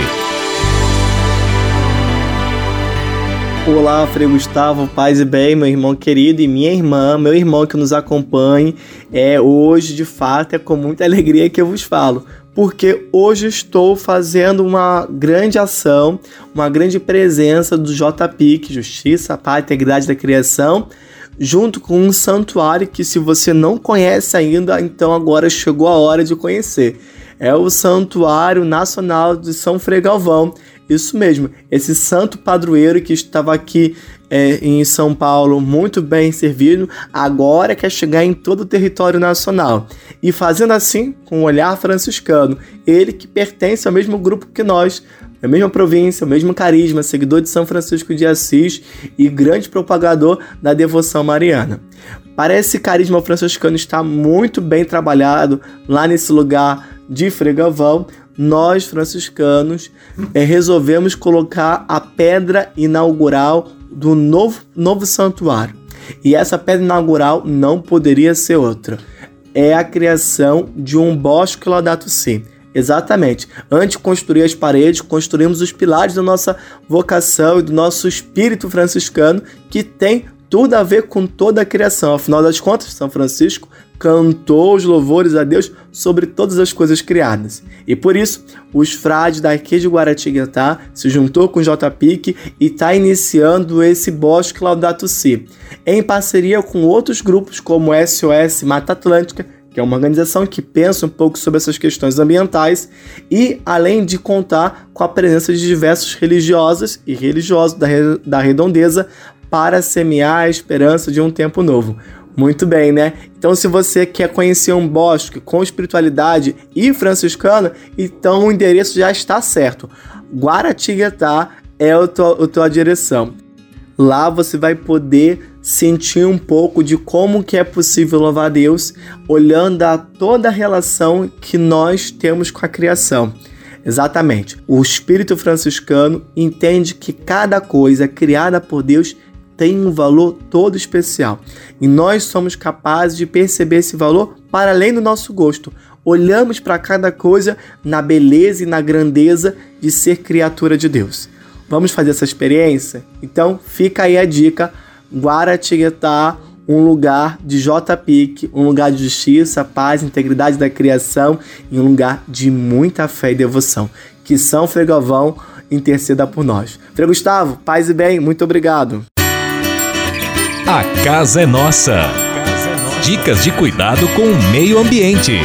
Olá, Frei Gustavo, paz e bem, meu irmão querido e minha irmã, meu irmão que nos acompanhe. Hoje, de fato, é com muita alegria que eu vos falo, porque hoje estou fazendo uma grande ação, uma grande presença do JPIC, Justiça, Paz e Integridade da Criação, junto com um santuário que, se você não conhece ainda, então agora chegou a hora de conhecer. É o Santuário Nacional de São Frei Galvão. Isso mesmo, esse santo padroeiro que estava aqui em São Paulo muito bem servido, agora quer chegar em todo o território nacional. E fazendo assim, com um olhar franciscano, ele que pertence ao mesmo grupo que nós, a mesma província, o mesmo carisma, seguidor de São Francisco de Assis e grande propagador da devoção mariana. Parece que esse carisma franciscano está muito bem trabalhado lá nesse lugar de Frei Galvão. Nós, franciscanos, resolvemos colocar a pedra inaugural do novo santuário. E essa pedra inaugural não poderia ser outra. É a criação de um bosque Laudato Si. Exatamente. Antes de construir as paredes, construímos os pilares da nossa vocação e do nosso espírito franciscano, que tem tudo a ver com toda a criação. Afinal das contas, São Francisco cantou os louvores a Deus sobre todas as coisas criadas. E por isso, os frades daqui de Guaratinguetá se juntou com o JPIC e está iniciando esse bosque Laudato Si, em parceria com outros grupos como o SOS Mata Atlântica, que é uma organização que pensa um pouco sobre essas questões ambientais, e além de contar com a presença de diversos religiosas e religiosos da redondeza para semear a esperança de um tempo novo. Muito bem, né? Então, se você quer conhecer um bosque com espiritualidade e franciscana, então o endereço já está certo. Guaratinguetá é a tua direção. Lá você vai poder sentir um pouco de como que é possível louvar a Deus, olhando a toda a relação que nós temos com a criação. Exatamente. O espírito franciscano entende que cada coisa criada por Deus tem um valor todo especial. E nós somos capazes de perceber esse valor para além do nosso gosto. Olhamos para cada coisa na beleza e na grandeza de ser criatura de Deus. Vamos fazer essa experiência? Então fica aí a dica. Guaratinguetá, um lugar de JPIC, um lugar de justiça, paz, integridade da criação e um lugar de muita fé e devoção. Que São Frei Galvão interceda por nós. Frei Gustavo, paz e bem, muito obrigado. A casa é nossa. Dicas de cuidado com o meio ambiente.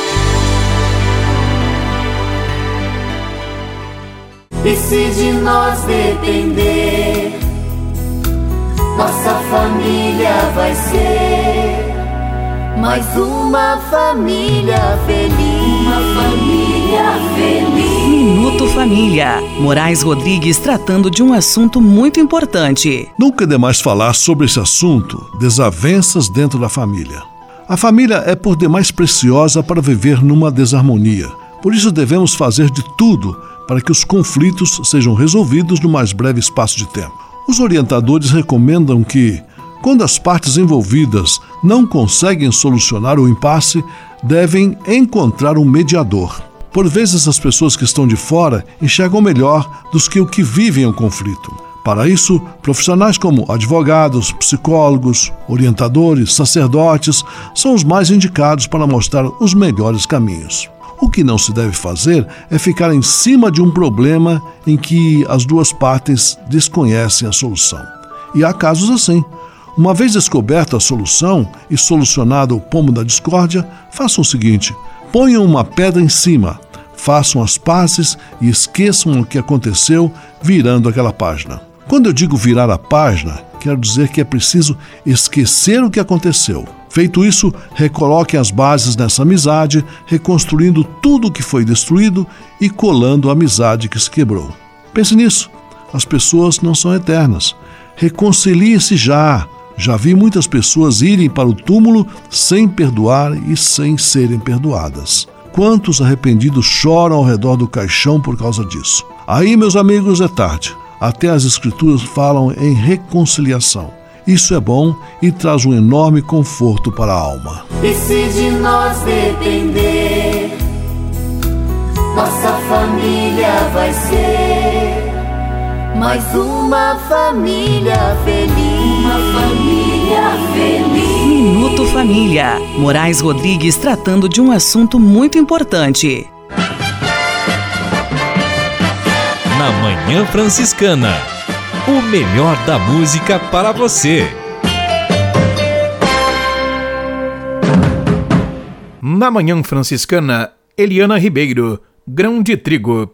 E se de nós depender, nossa família vai ser mais uma família feliz. Uma família feliz. Minuto Família. Moraes Rodrigues tratando de um assunto muito importante. Nunca é demais falar sobre esse assunto, desavenças dentro da família. A família é por demais preciosa para viver numa desarmonia. Por isso devemos fazer de tudo para que os conflitos sejam resolvidos no mais breve espaço de tempo. Os orientadores recomendam que, quando as partes envolvidas não conseguem solucionar o impasse, devem encontrar um mediador. Por vezes, as pessoas que estão de fora enxergam melhor do que o que vivem o conflito. Para isso, profissionais como advogados, psicólogos, orientadores, sacerdotes são os mais indicados para mostrar os melhores caminhos. O que não se deve fazer é ficar em cima de um problema em que as duas partes desconhecem a solução. E há casos assim. Uma vez descoberta a solução e solucionado o pomo da discórdia, façam o seguinte: ponham uma pedra em cima, façam as pazes e esqueçam o que aconteceu, virando aquela página. Quando eu digo virar a página, quero dizer que é preciso esquecer o que aconteceu. Feito isso, recoloquem as bases nessa amizade, reconstruindo tudo o que foi destruído e colando a amizade que se quebrou. Pense nisso, as pessoas não são eternas. Reconcilie-se já. Já vi muitas pessoas irem para o túmulo sem perdoar e sem serem perdoadas. Quantos arrependidos choram ao redor do caixão por causa disso? Aí, meus amigos, é tarde. Até as Escrituras falam em reconciliação. Isso é bom e traz um enorme conforto para a alma. E se de nós depender, nossa família vai ser mais uma família feliz. Uma família feliz. Minuto Família. Moraes Rodrigues tratando de um assunto muito importante. Na Manhã Franciscana, o melhor da música para você. Na Manhã Franciscana, Eliana Ribeiro, Grão de Trigo.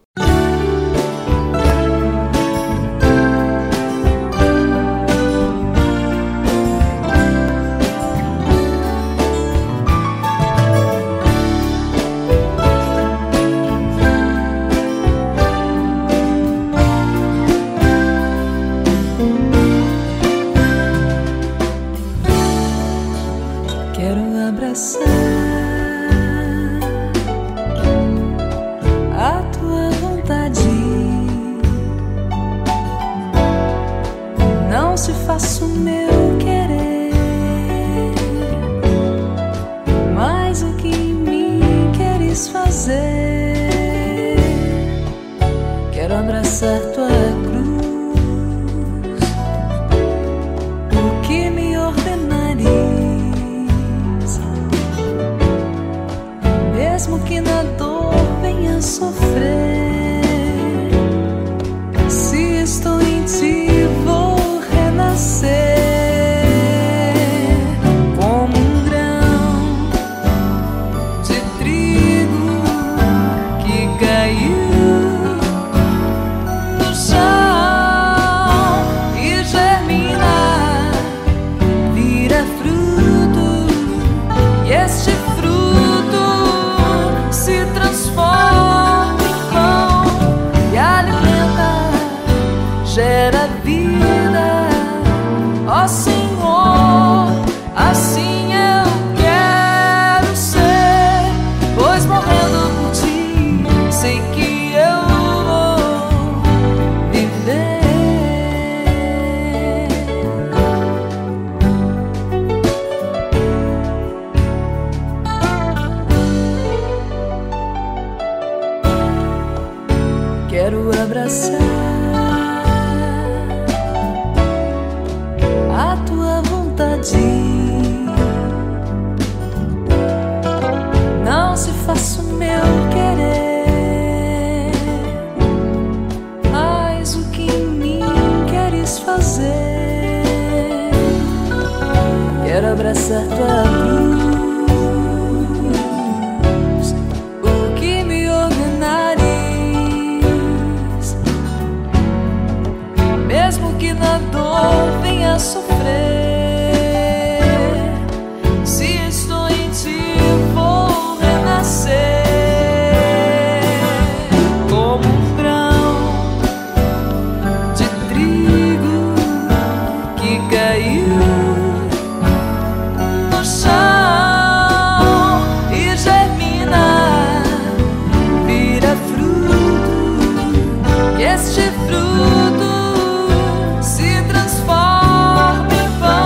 Este fruto se transforma em pão.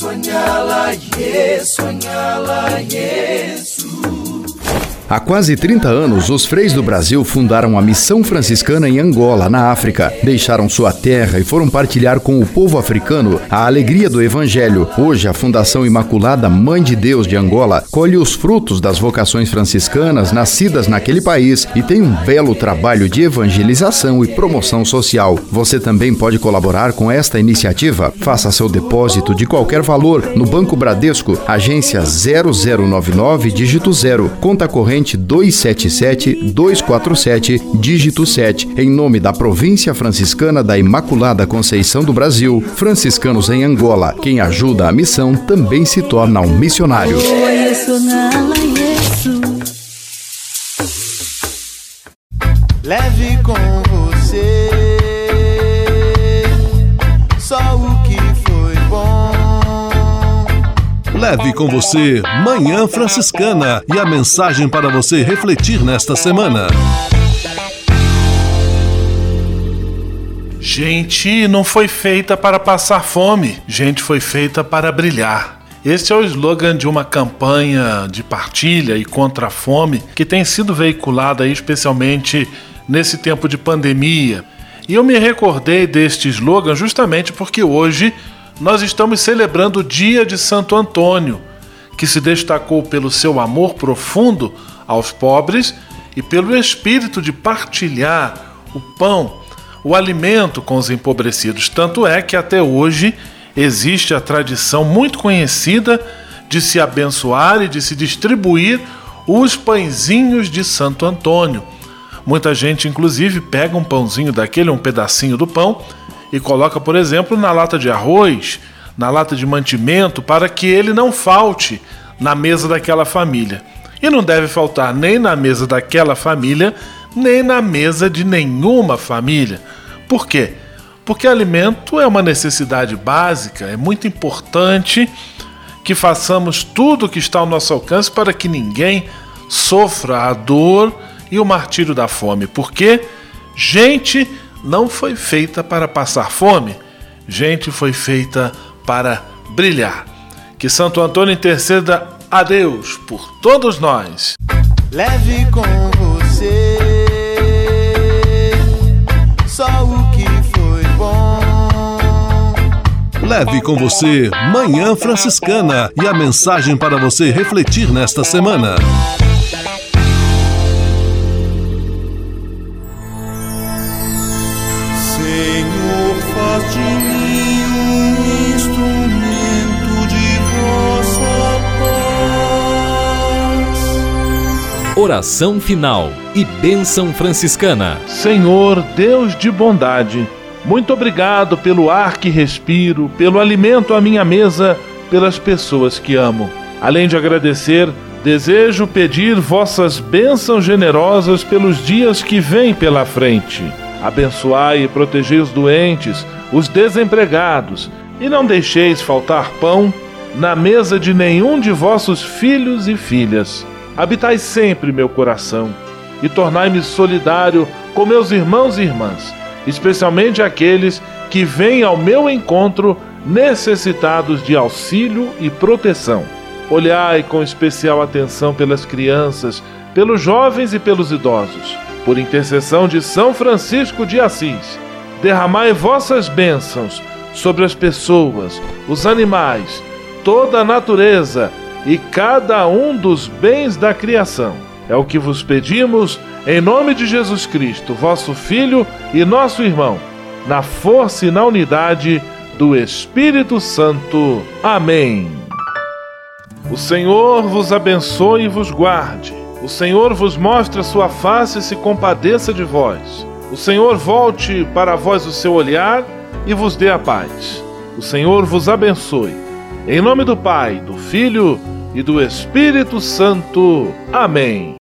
Sonhá-la, sonhá-la, Jesus. Há quase 30 anos, os freis do Brasil fundaram a Missão Franciscana em Angola, na África. Deixaram sua terra e foram partilhar com o povo africano a alegria do Evangelho. Hoje, a Fundação Imaculada Mãe de Deus de Angola colhe os frutos das vocações franciscanas nascidas naquele país e tem um belo trabalho de evangelização e promoção social. Você também pode colaborar com esta iniciativa. Faça seu depósito de qualquer valor no Banco Bradesco, agência 0099, dígito 0, conta corrente 277-247, dígito 7, em nome da Província Franciscana da Imaculada Conceição do Brasil, franciscanos em Angola. Quem ajuda a missão também se torna um missionário. Leve com você só o que foi bom. Leve com você Manhã Franciscana e a mensagem para você refletir nesta semana. Gente não foi feita para passar fome, gente foi feita para brilhar. Este é o slogan de uma campanha de partilha e contra a fome que tem sido veiculada aí, especialmente nesse tempo de pandemia. E eu me recordei deste slogan justamente porque hoje nós estamos celebrando o dia de Santo Antônio, que se destacou pelo seu amor profundo aos pobres e pelo espírito de partilhar o pão, o alimento com os empobrecidos. Tanto é que até hoje existe a tradição muito conhecida de se abençoar e de se distribuir os pãezinhos de Santo Antônio. Muita gente, inclusive, pega um pãozinho daquele, um pedacinho do pão, e coloca, por exemplo, na lata de arroz, na lata de mantimento, para que ele não falte na mesa daquela família. E não deve faltar nem na mesa daquela família, nem na mesa de nenhuma família. Por quê? Porque alimento é uma necessidade básica, é muito importante que façamos tudo o que está ao nosso alcance para que ninguém sofra a dor e o martírio da fome. Porque gente não foi feita para passar fome, gente foi feita para brilhar. Que Santo Antônio interceda a Deus por todos nós. Leve com você só o que foi bom. Leve com você Manhã Franciscana e a mensagem para você refletir nesta semana. Faz de mim um instrumento de vossa paz. Oração final e bênção franciscana. Senhor, Deus de bondade, muito obrigado pelo ar que respiro, pelo alimento à minha mesa, pelas pessoas que amo. Além de agradecer, desejo pedir vossas bênçãos generosas pelos dias que vêm pela frente. Abençoai e protegei os doentes, os desempregados, e não deixeis faltar pão na mesa de nenhum de vossos filhos e filhas. Habitai sempre meu coração, e tornai-me solidário com meus irmãos e irmãs, especialmente aqueles que vêm ao meu encontro necessitados de auxílio e proteção. Olhai com especial atenção pelas crianças, pelos jovens e pelos idosos. Por intercessão de São Francisco de Assis, derramai vossas bênçãos sobre as pessoas, os animais, toda a natureza e cada um dos bens da criação. É o que vos pedimos em nome de Jesus Cristo, vosso Filho e nosso irmão, na força e na unidade do Espírito Santo. Amém. O Senhor vos abençoe e vos guarde. O Senhor vos mostre a sua face e se compadeça de vós. O Senhor volte para vós o seu olhar e vos dê a paz. O Senhor vos abençoe. Em nome do Pai, do Filho e do Espírito Santo. Amém.